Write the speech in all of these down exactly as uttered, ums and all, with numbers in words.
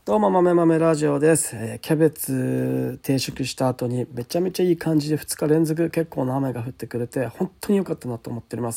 どうも豆豆ラジオです、えー、キャベツ定食した後にめちゃめちゃいい感じでふつか連続結構な雨が降ってくれて本当に良かったなと思っております。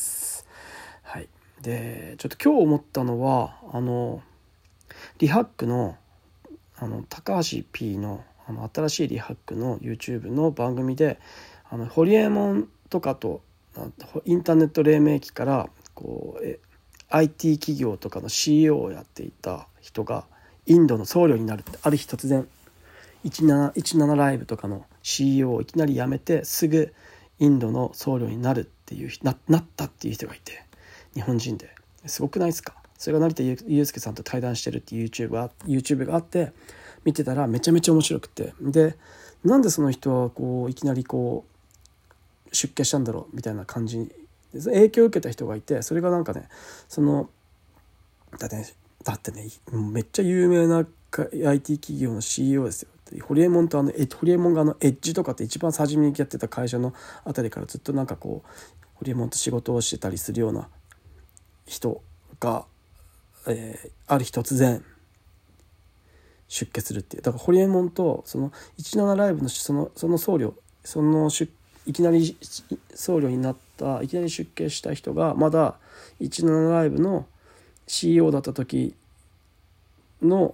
はい。でちょっと今日思ったのはあのリハックのあの高橋 P のあの新しいリハックの YouTube の番組であのホリエモンとかとインターネット黎明期からこうえ アイティー 企業とかの シーイーオー をやっていた人がインドの僧侶になるって、ある日突然じゅうなな、じゅうななライブとかの シーイーオー をいきなり辞めてすぐインドの僧侶になるっていう な, なったっていう人がいて、日本人ですごくないですか。それが成田悠輔さんと対談してるっていう YouTube が, YouTube があって見てたらめちゃめちゃ面白くて、でなんでその人はこういきなりこう出家したんだろうみたいな感じに影響を受けた人がいて、それがなんかねそのだってねだってねめっちゃ有名な アイティー 企業の シーイーオー ですよ。ホリエモンとあのホリエモンがあのエッジとかって一番初めにやってた会社のあたりからずっとなんかこうホリエモンと仕事をしてたりするような人が、えー、ある日突然出家するっていう。だからホリエモンとそのじゅうななライブのそのその僧侶その出いきなり僧侶になったいきなり出家した人がまだじゅうななライブの シーイーオー だった時の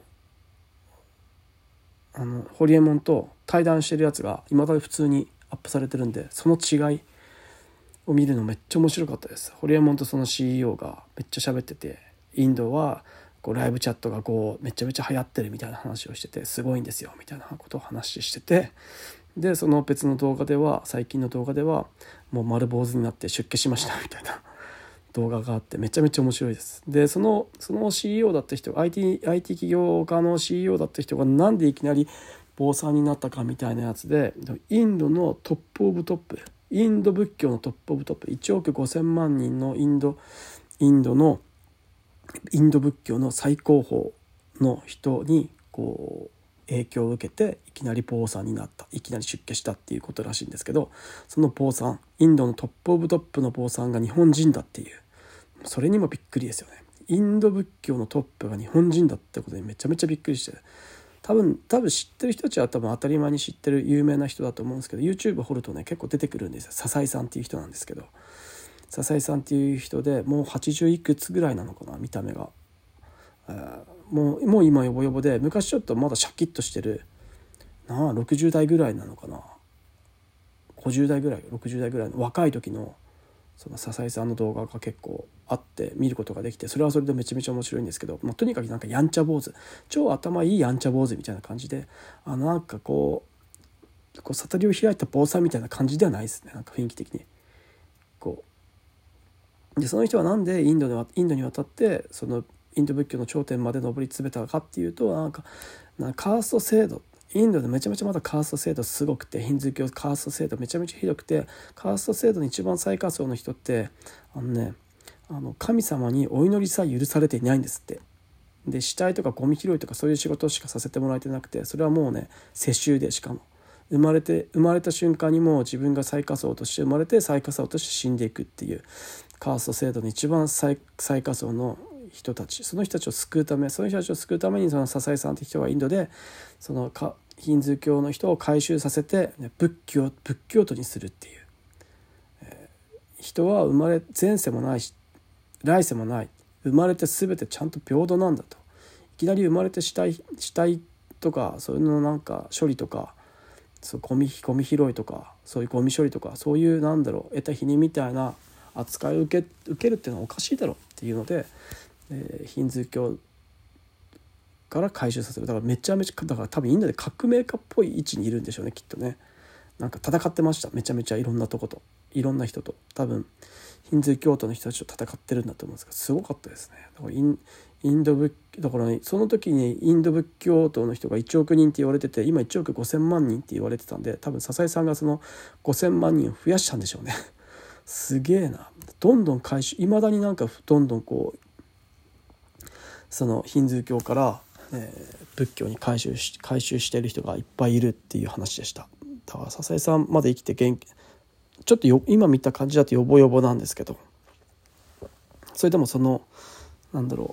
あのホリエモンと対談してるやつが今まで普通にアップされてるんで、その違いを見るのめっちゃ面白かったです。ホリエモンとその シーイーオー がめっちゃ喋ってて、インドはこうライブチャットがこうめちゃめちゃ流行ってるみたいな話をしててすごいんですよみたいなことを話してて、でその別の動画では最近の動画ではもう丸坊主になって出家しましたみたいな動画があってめちゃめちゃ面白いです。でそのその シーイーオー だった人 アイティー, アイティー 企業家の シーイーオー だった人がなんでいきなり坊さんになったかみたいなやつで、インドのトップオブトップインド仏教のトップオブトップいちおくごせんまんにんのインドインドのインド仏教の最高峰の人にこう影響を受けていきなり坊さんになった、いきなり出家したっていうことらしいんですけど、その坊さんインドのトップオブトップの坊さんが日本人だっていう、それにもびっくりですよね。インド仏教のトップが日本人だってことにめちゃめちゃびっくりして、多分多分知ってる人たちは多分当たり前に知ってる有名な人だと思うんですけど、 YouTube 掘るとね結構出てくるんですよ。笹井さんっていう人なんですけど、笹井さんっていう人でもうはちじゅういくつぐらいなのかな、見た目が、えー、もうもう今ヨボヨボで、昔ちょっとまだシャキッとしてるなあろくじゅう代ぐらいなのかな、ごじゅう代ぐらいろくじゅう代ぐらいの若い時のその笹井さんの動画が結構あって見ることができて、それはそれでめちゃめちゃ面白いんですけど、まあ、とにかくなんかやんちゃ坊主、超頭いいやんちゃ坊主みたいな感じで、あなんかこうこう悟りを開いた坊さんみたいな感じではないですね。なんか雰囲気的にこうで、その人はなんでインドではインドに渡ってそのインド仏教の頂点まで上り詰めたかっていうと、なんかなんかカースト制度、インドでめちゃめちゃまだカースト制度すごくて、ヒンズー教カースト制度めちゃめちゃひどくて、カースト制度の一番最下層の人ってあのねあの神様にお祈りさえ許されていないんですって。で死体とかゴミ拾いとかそういう仕事しかさせてもらえてなくて、それはもうね世襲で、しかも生まれて生まれた瞬間にもう自分が最下層として生まれて最下層として死んでいくっていうカースト制度の一番 最, 最下層の人たち、その人たちを救うためその人たちを救うためにその笹井さんって人がインドでそのかヒンズー教の人を改宗させて仏教仏教徒にするっていう、えー、人は生まれ前世もないし来世もない、生まれて全てちゃんと平等なんだと。いきなり生まれて死体死体とかそういうのなんか処理とかそうゴミゴミ拾いとかそういうゴミ処理とかそういうなんだろう得た否認みたいな扱いを受け受けるっていうのはおかしいだろうっていうので、えー、ヒンズー教から回収させる。だからめちゃめちゃだから多分インドで革命家っぽい位置にいるんでしょうねきっとね。なんか戦ってました、めちゃめちゃいろんなとこといろんな人と、多分ヒンズー教徒の人たちと戦ってるんだと思うんですけど、すごかったですね。だからインインド仏だから、ね、その時にインド仏教徒の人がいちおくにんって言われてて、今いちおくごせんまんにんって言われてたんで、多分笹井さんがそのごせんまんにんを増やしたんでしょうねすげえな。どんどん回収、いまだになんかどんどんこうそのヒンズー教から、えー、仏教に改宗し改宗している人がいっぱいいるっていう話でした。だから笹井さんまで生きて元気、ちょっとよ今見た感じだとヨボヨボなんですけど、それでもそのなんだろう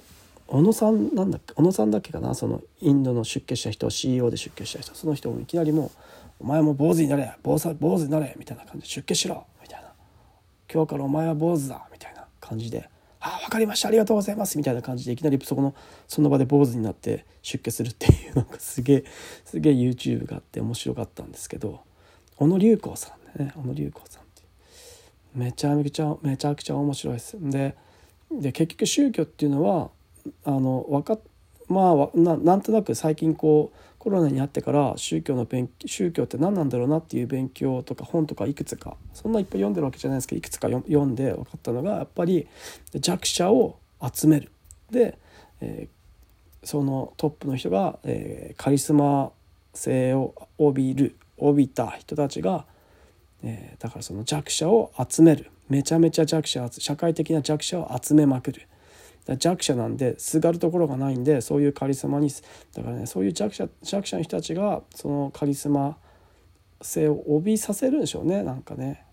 小野さんなんだっけ小野さんだっけかな、そのインドの出家した人 シーイーオー で出家した人、その人もいきなりもうお前も坊主になれ坊主坊主になれみたいな感じで出家しろみたいな、今日からお前は坊主だみたいな感じで、ああ分かりましたありがとうございますみたいな感じでいきなりそこのその場で坊主になって出家するっていうのがすげえすげえ YouTube があって面白かったんですけど、小野龍光さんね、小野龍光さんってめちゃめちゃめちゃくちゃ面白いです。でで結局宗教っていうのはあのわかまあな, なんとなく最近こうコロナになってから宗教の勉宗教って何なんだろうなっていう勉強とか本とかいくつかそんないっぱい読んでるわけじゃないですけどいくつか読んで分かったのがやっぱり弱者を集めるで、えー、そのトップの人が、えー、カリスマ性を帯びる帯びた人たちが、えー、だからその弱者を集めるめちゃめちゃ弱者社会的な弱者を集めまくる。弱者なんですがるところがないんでそういうカリスマにだからねそういう弱者弱者の人たちがそのカリスマ性を帯びさせるんでしょうね。なんかね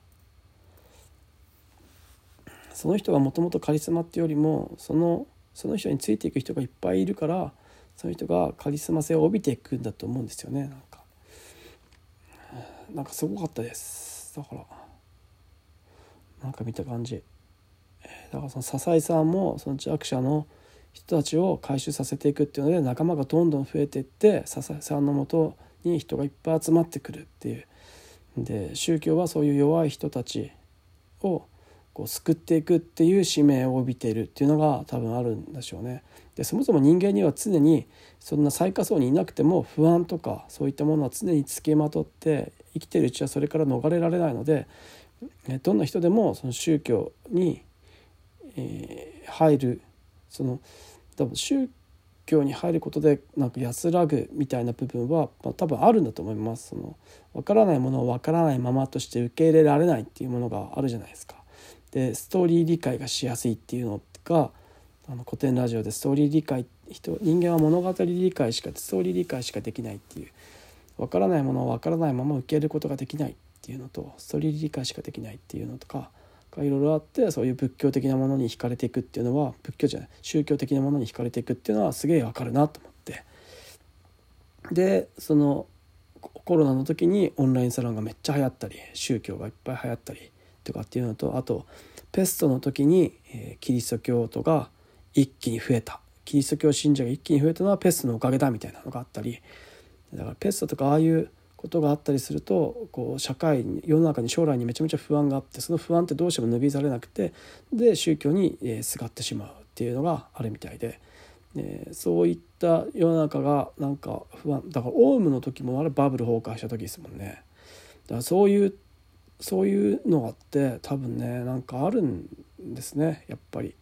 その人がもともとカリスマっていうよりもそのその人についていく人がいっぱいいるからその人がカリスマ性を帯びていくんだと思うんですよね。なんかなんかすごかったです。だからなんか見た感じだからその笹井さんもその弱者の人たちを回収させていくっていうので仲間がどんどん増えていって笹井さんのもとに人がいっぱい集まってくるっていうで宗教はそういう弱い人たちをこう救っていくっていう使命を帯びているっていうのが多分あるんでしょうね。でそもそも人間には常にそんな最下層にいなくても不安とかそういったものは常につきまとって生きているうちはそれから逃れられないのでどんな人でもその宗教にえー、入るその多分宗教に入ることでなんか安らぐみたいな部分は、まあ、多分あるんだと思います。その分からないものを分からないままとして受け入れられないっていうものがあるじゃないですか。でストーリー理解がしやすいっていうのがあの古典ラジオでストーリー理解人人間は物語理解しかストーリー理解しかできないっていう分からないものを分からないまま受け入れることができないっていうのとストーリー理解しかできないっていうのとかがいろいろあってそういう仏教的なものに惹かれていくっていうのは仏教じゃない宗教的なものに惹かれていくっていうのはすげえわかるなと思ってでそのコロナの時にオンラインサロンがめっちゃ流行ったり宗教がいっぱい流行ったりとかっていうのとあとペストの時に、えー、キリスト教徒が一気に増えたキリスト教信者が一気に増えたのはペストのおかげだみたいなのがあったりだからペストとかああいうことがあったりするとこう社会に世の中に将来にめちゃめちゃ不安があってその不安ってどうしても拭い去れなくてで宗教に、えー、すがってしまうっていうのがあるみたいで、えー、そういった世の中がなんか不安だからオウムの時もあれバブル崩壊した時ですもんね。だからそういうそういうのがあって多分ねなんかあるんですねやっぱり。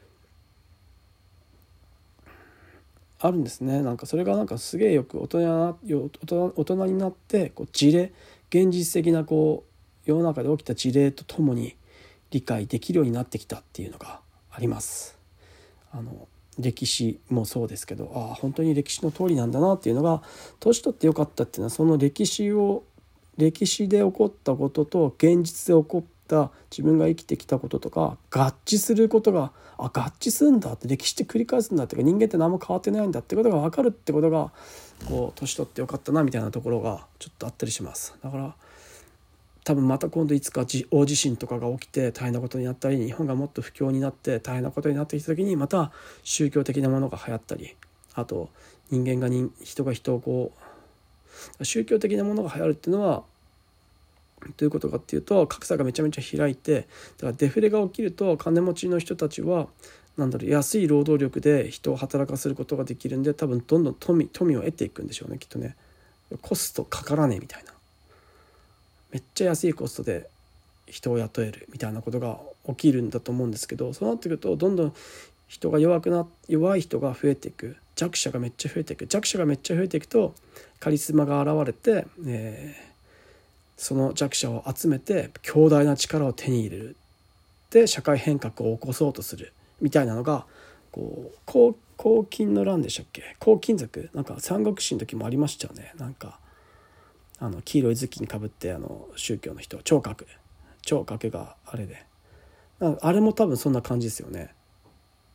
あるんですね。なんかそれがなんかすげえよく大人な大人大人になってこう事例現実的なこう世の中で起きた事例とともに理解できるようになってきたっていうのがあります。あの歴史もそうですけどああ本当に歴史の通りなんだなっていうのが年取ってよかったっていうのはその歴史を歴史で起こったことと現実で起こった自分が生きてきたこととか合致することがあ合致するんだって歴史って繰り返すんだってか人間って何も変わってないんだってことが分かるってことがこう年取ってよかったなみたいなところがちょっとあったりします。だから多分また今度いつか大地震とかが起きて大変なことになったり日本がもっと不況になって大変なことになってきた時にまた宗教的なものが流行ったりあと人間が人人が人をこう宗教的なものが流行るっていうのはどういうことかっていうと格差がめちゃめちゃ開いてだからデフレが起きると金持ちの人たちはなんだろう安い労働力で人を働かせることができるんで多分どんどん富富を得ていくんでしょうねきっとね。コストかからねえみたいなめっちゃ安いコストで人を雇えるみたいなことが起きるんだと思うんですけどそうなってくるとどんどん人が弱くな弱い人が増えていく弱者がめっちゃ増えていく弱者がめっちゃ増えていくとカリスマが現れて、えーその弱者を集めて強大な力を手に入れるで社会変革を起こそうとするみたいなのがこう黄黄金の乱でしたっけ黄金族なんか三国志の時もありましたよね。なんかあの黄色い頭巾かぶってあの宗教の人聴覚聴覚があれであれも多分そんな感じですよね。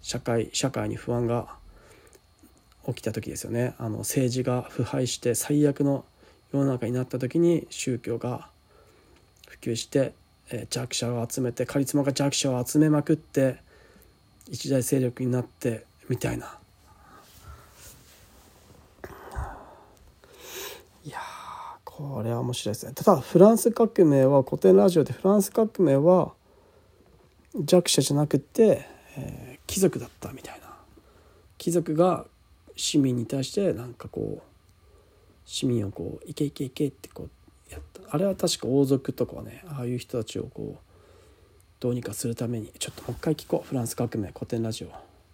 社会社会に不安が起きた時ですよね。あの政治が腐敗して最悪の世の中になった時に宗教が普及して、えー、弱者を集めてカリスマが弱者を集めまくって一大勢力になってみたいな。いやーこれは面白いですね。ただフランス革命は古典ラジオでフランス革命は弱者じゃなくて、えー、貴族だったみたいな。貴族が市民に対してなんかこう市民をこうイケイケイケってこうやった。あれは確か王族とかはね、ああいう人たちをこうどうにかするために、ちょっともう一回聞こう。フランス革命古典ラジオ。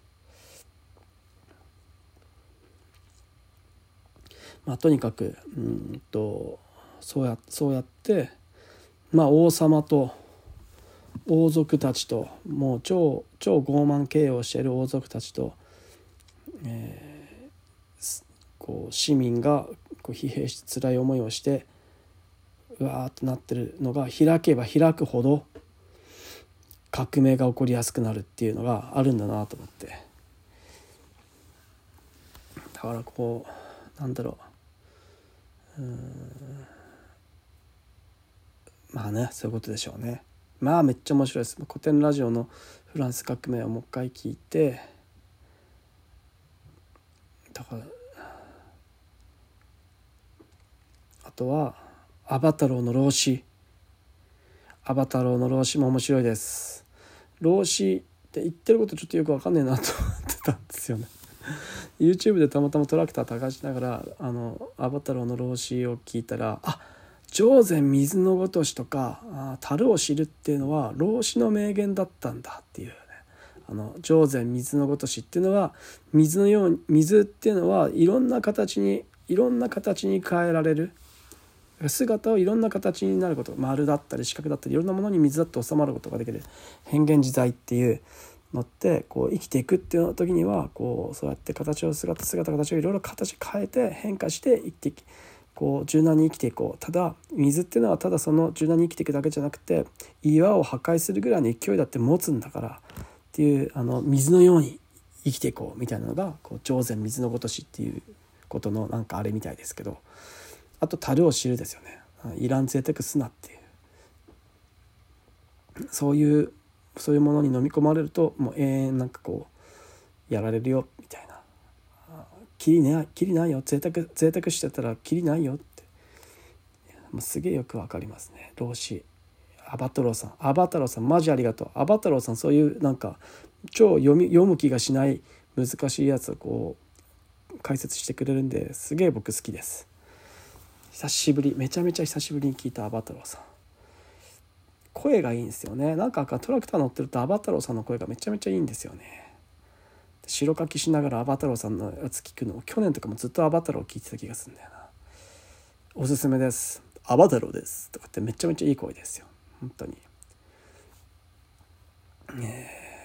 まあとにかくうんとそうやそうやってまあ王様と王族たちともう超超傲慢経営をしている王族たちと、えー、こう市民がこう疲弊して辛い思いをしてうわーってなってるのが開けば開くほど革命が起こりやすくなるっていうのがあるんだなと思って。だからこうなんだろう、うーんまあねそういうことでしょうね。まあめっちゃ面白いです。古典ラジオのフランス革命をもう一回聞いて、だからあとはアバタローの老子。アバタローの老子も面白いです。老子って言ってることちょっとよく分かんねえなと思ってたんですよね。YouTube でたまたまトラクター高しながらあのアバタローの老子を聞いたら、あ上善水のごとしとかあ樽を知るっていうのは老子の名言だったんだっていうね。あの上善水のごとしっていうのは水のように水っていうのはいろんな形にいろんな形に変えられる。姿をいろんな形になること、丸だったり四角だったりいろんなものに水だって収まることができる変幻自在っていうのってこう生きていくっていう時にはこうそうやって形を姿姿形をいろいろ形変えて変化して生きていきこう柔軟に生きていこう。ただ水っていうのはただその柔軟に生きていくだけじゃなくて岩を破壊するぐらいの勢いだって持つんだからっていうあの水のように生きていこうみたいなのがこう上善水のごとしっていうことのなんかあれみたいですけど、あと樽を知るですよね。いらん贅沢すなっていう、そういうそういうものに飲み込まれるともう永遠なんかこうやられるよみたいな、キリねキリないよ贅沢贅沢してたらキリないよって、もうすげえよくわかりますね。老子アバタローさんアバタローさんマジありがとう。アバタローさんそういうなんか超読み読む気がしない難しいやつをこう解説してくれるんですげえ僕好きです。久しぶりめちゃめちゃ久しぶりに聞いたアバタローさん、声がいいんですよね。なんかトラクター乗ってるとアバタローさんの声がめちゃめちゃいいんですよね。白書きしながらアバタローさんのやつ聞くの、去年とかもずっとアバタロー聞いてた気がするんだよな。おすすめです。アバタローですとかってめちゃめちゃいい声ですよ本当に。え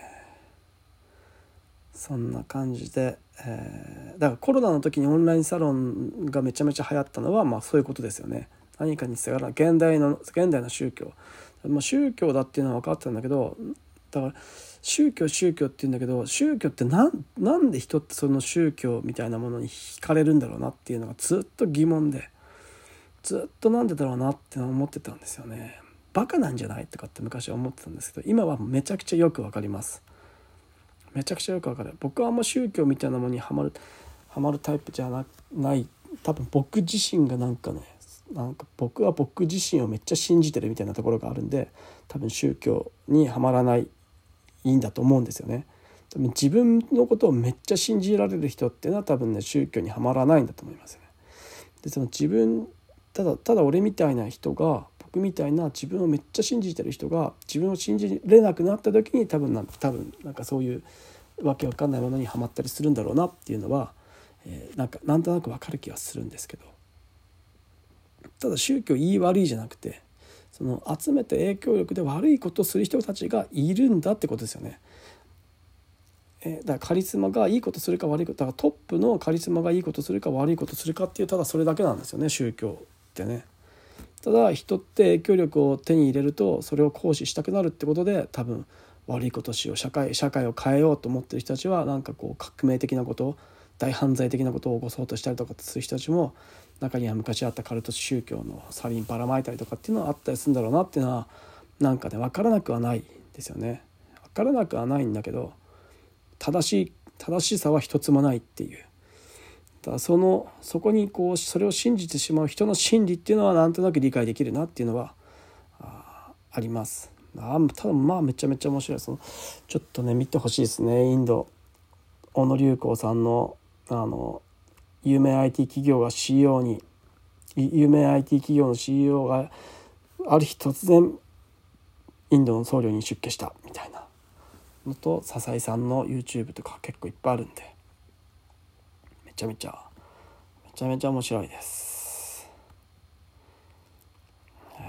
ー、そんな感じで、えー、だからコロナの時にオンラインサロンがめちゃめちゃ流行ったのはまあそういうことですよね。何かにすがら現代の現代の宗教、まあ、宗教だっていうのは分かってたんだけど、だから宗教宗教って言うんだけど、宗教ってなんなんで人ってその宗教みたいなものに惹かれるんだろうなっていうのがずっと疑問で、ずっとなんでだろうなって思ってたんですよね。バカなんじゃないとかって昔は思ってたんですけど、今はめちゃくちゃよく分かります。めちゃくちゃよく分かる。僕はあんま宗教みたいなものにはまるはまるタイプじゃなない多分僕自身がなんかねなんか僕は僕自身をめっちゃ信じてるみたいなところがあるんで、多分宗教にはまらないいいんだと思うんですよね。多分自分のことをめっちゃ信じられる人っていうのは多分ね宗教にはまらないんだと思いますよね。でその自分ただただ俺みたいな人が僕みたいな自分をめっちゃ信じてる人が自分を信じれなくなった時に多分なん多分なんかそういうわけわかんないものにはまったりするんだろうなっていうのは、えー、なんかなんとなくわかる気がするんですけど、ただ宗教いい悪いじゃなくて、その集めた影響力で悪いことをする人たちがいるんだってことですよね。えだからカリスマがいいことするか悪いことだからトップのカリスマがいいことするか悪いことするかっていうただそれだけなんですよね宗教ってね。ただ人って影響力を手に入れるとそれを行使したくなるってことで多分悪いことをしよう、社会社会を変えようと思ってる人たちはなんかこう革命的なことを、大犯罪的なことを起こそうとしたりとかする人たちも中には昔あったカルト宗教のサリンばらまいたりとかっていうのはあったりするんだろうなっていうのはなんかね分からなくはないですよね。分からなくはないんだけど、正しい正しさは一つもないっていう。だからそのそこにこうそれを信じてしまう人の心理っていうのはなんとなく理解できるなっていうのは あ, あります。あただまあめちゃめちゃ面白い。そのちょっとね見てほしいですね。インド小野龍光さんのあの有名 アイティー 企業が シーイーオー に有名 アイティー 企業の シーイーオー がある日突然インドの僧侶に出家したみたいなのと、笹井さんの YouTube とか結構いっぱいあるんで、めちゃめちゃめちゃめちゃ面白いです、はい、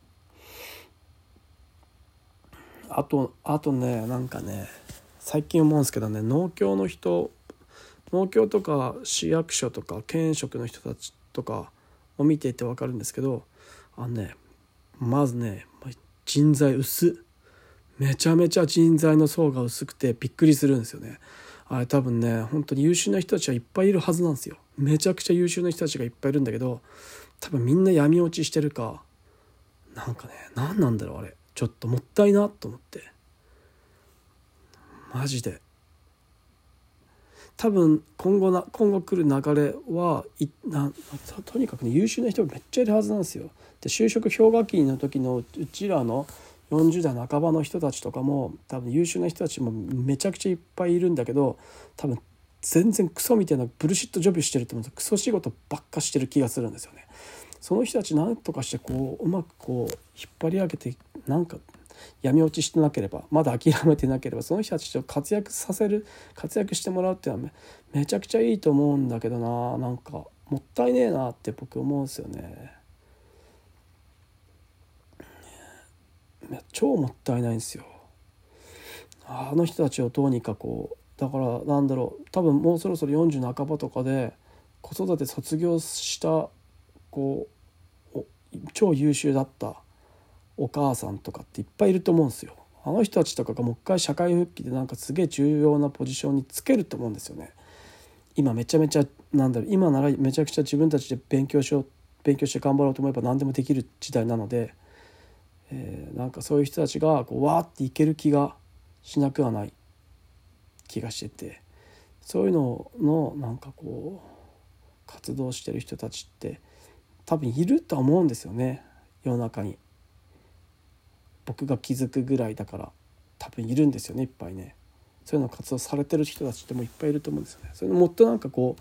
あとあとねなんかね最近思うんですけどね、農協の人農協とか市役所とか県職の人たちとかを見ていて分かるんですけど、あのねまずね人材薄っ、めちゃめちゃ人材の層が薄くてびっくりするんですよね。あれ多分ね本当に優秀な人たちはいっぱいいるはずなんですよ。めちゃくちゃ優秀な人たちがいっぱいいるんだけど、多分みんな闇落ちしてるかなんかね、何なんだろうあれ、ちょっともったいなと思って、マジで多分今後な今後来る流れはいなとにかくね優秀な人がめっちゃいるはずなんですよ。で就職氷河期の時のうちらのよんじゅう代半ばの人たちとかも多分優秀な人たちもめちゃくちゃいっぱいいるんだけど、多分全然クソみたいなブルシットジョブしてると思うんですよ。クソ仕事ばっかしてる気がするんですよね。その人たち何とかしてこううまくこう引っ張り上げて、なんか闇落ちしてなければ、まだ諦めてなければその人たちを活躍させる活躍してもらうっていうのは め, めちゃくちゃいいと思うんだけどな、なんかもったいねえなって僕思うんですよね。超もったいないんですよ。あの人たちをどうにかこうだからなんだろう、多分もうそろそろよんじゅう半ばとかで子育て卒業したこう超優秀だったお母さんとかっていっぱいいると思うんですよ。あの人たちとかがもう一回社会復帰でなんかすげえ重要なポジションにつけると思うんですよね。今めちゃめちゃなんだろう今ならめちゃくちゃ自分たちで勉強しよう勉強して頑張ろうと思えば何でもできる時代なので、えー、なんかそういう人たちがこうわーっていける気がしなくはない気がしてて、そういうののなんかこう活動してる人たちって多分いるとは思うんですよね、世の中に。僕が気づくぐらいだから多分いるんですよね、いっぱいね。そういうの活動されてる人たちってもいっぱいいると思うんですよね。それのもっとなんかこ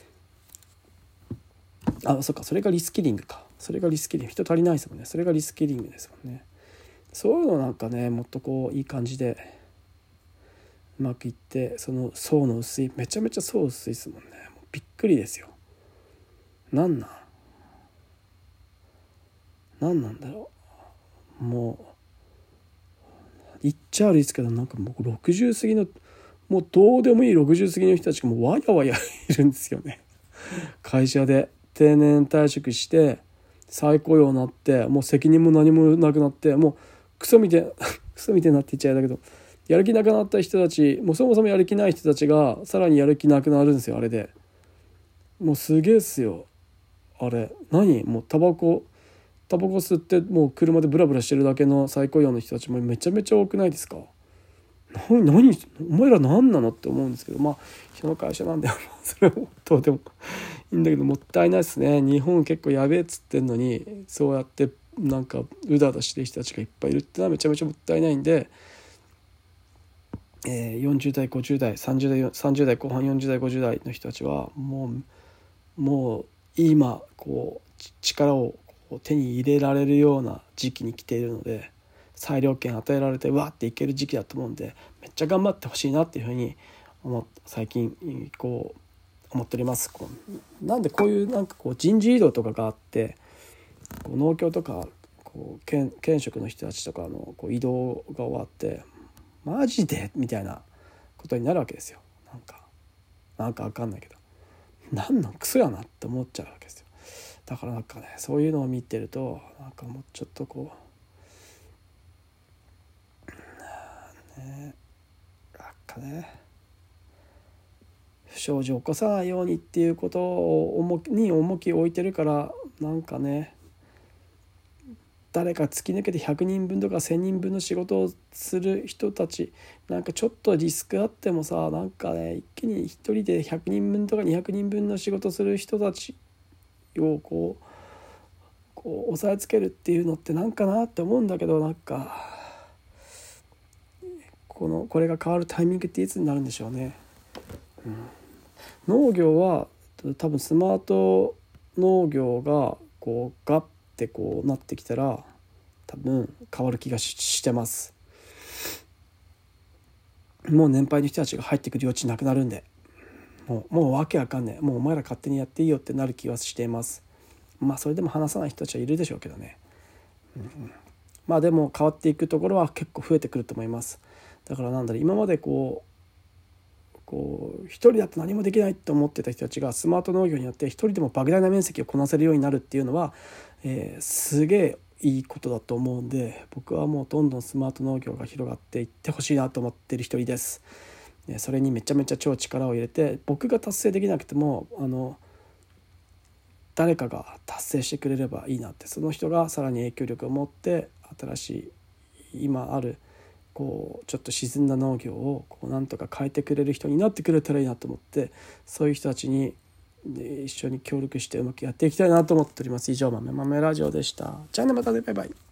うあそっかそれがリスキリングかそれがリスキリング人足りないですもんね。それがリスキリングですもんね。そういうのなんかねもっとこういい感じでうまくいって、その層の薄いめちゃめちゃ層薄いですもんね。もうびっくりですよ。なんなんなんなんだろう。もう言っちゃ悪いですけどなんかもうろくじゅう過ぎのもうどうでもいいろくじゅう過ぎの人たちがもうわやわやいるんですよね。会社で定年退職して再雇用になってもう責任も何もなくなってもうクソみたいクソみたいになって言っちゃうんだけど、やる気なくなった人たちもうそもそもやる気ない人たちがさらにやる気なくなるんですよ。あれでもうすげえっすよあれ。何もうタバコタバコ吸ってもう車でブラブラしてるだけの再雇用の人たちもめちゃめちゃ多くないですか。何何お前ら何なのって思うんですけど、まあ人の会社なんだよそれはどうでもいいんだけど、もったいないですね。日本結構やべえっつってんのにそうやってなんかうだうだしてる人たちがいっぱいいるってのはめちゃめちゃもったいないんで、えー、よんじゅう代ごじゅう代さんじゅう代さんじゅう代後半よんじゅう代ごじゅう代の人たちはもうもう今こう力を手に入れられるような時期に来ているので、裁量権与えられてわーっていける時期だと思うんで、めっちゃ頑張ってほしいなっていうふうに思っ最近こう思っております。こうなんでこういうなんかこう人事異動とかがあってこう農協とかこう 県, 県職の人たちとかのこう移動が終わってマジでみたいなことになるわけですよ。なんかなんか分かんないけどなんなんクソやなって思っちゃうわけですよ。だからなんかねそういうのを見てるとなんかもうちょっとこうね、なんかね不祥事を起こさないようにっていうことを重に重きを置いてるから、なんかね誰か突き抜けてひゃくにんぶんとかせんにんぶんの仕事をする人たち、なんかちょっとリスクあってもさ、なんかね一気に一人でひゃくにんぶんとかにひゃくにんぶんの仕事をする人たちをこうこう押さえつけるっていうのってなんかなって思うんだけど、なんかこのこれが変わるタイミングっていつになるんでしょうね。うん、農業は多分スマート農業がこうガッてこうなってきたら多分変わる気が し, してます。もう年配の人たちが入ってくる余地なくなるんで、もうもうわけわかんねえ、もうお前ら勝手にやっていいよってなる気はしています。まあそれでも話さない人たちはいるでしょうけどね、うんうん、まあでも変わっていくところは結構増えてくると思います。だからなんだろう、今までこうこう一人だと何もできないと思ってた人たちがスマート農業によって一人でも莫大な面積をこなせるようになるっていうのは、えー、すげえいいことだと思うんで、僕はもうどんどんスマート農業が広がっていってほしいなと思ってる一人です。それにめちゃめちゃ超力を入れて、僕が達成できなくてもあの誰かが達成してくれればいいなって、その人がさらに影響力を持って新しい今あるこうちょっと沈んだ農業をこうなんとか変えてくれる人になってくれたらいいなと思って、そういう人たちに一緒に協力してうまくやっていきたいなと思っております。以上豆豆ラジオでした。じゃあね、またね、バイバイ。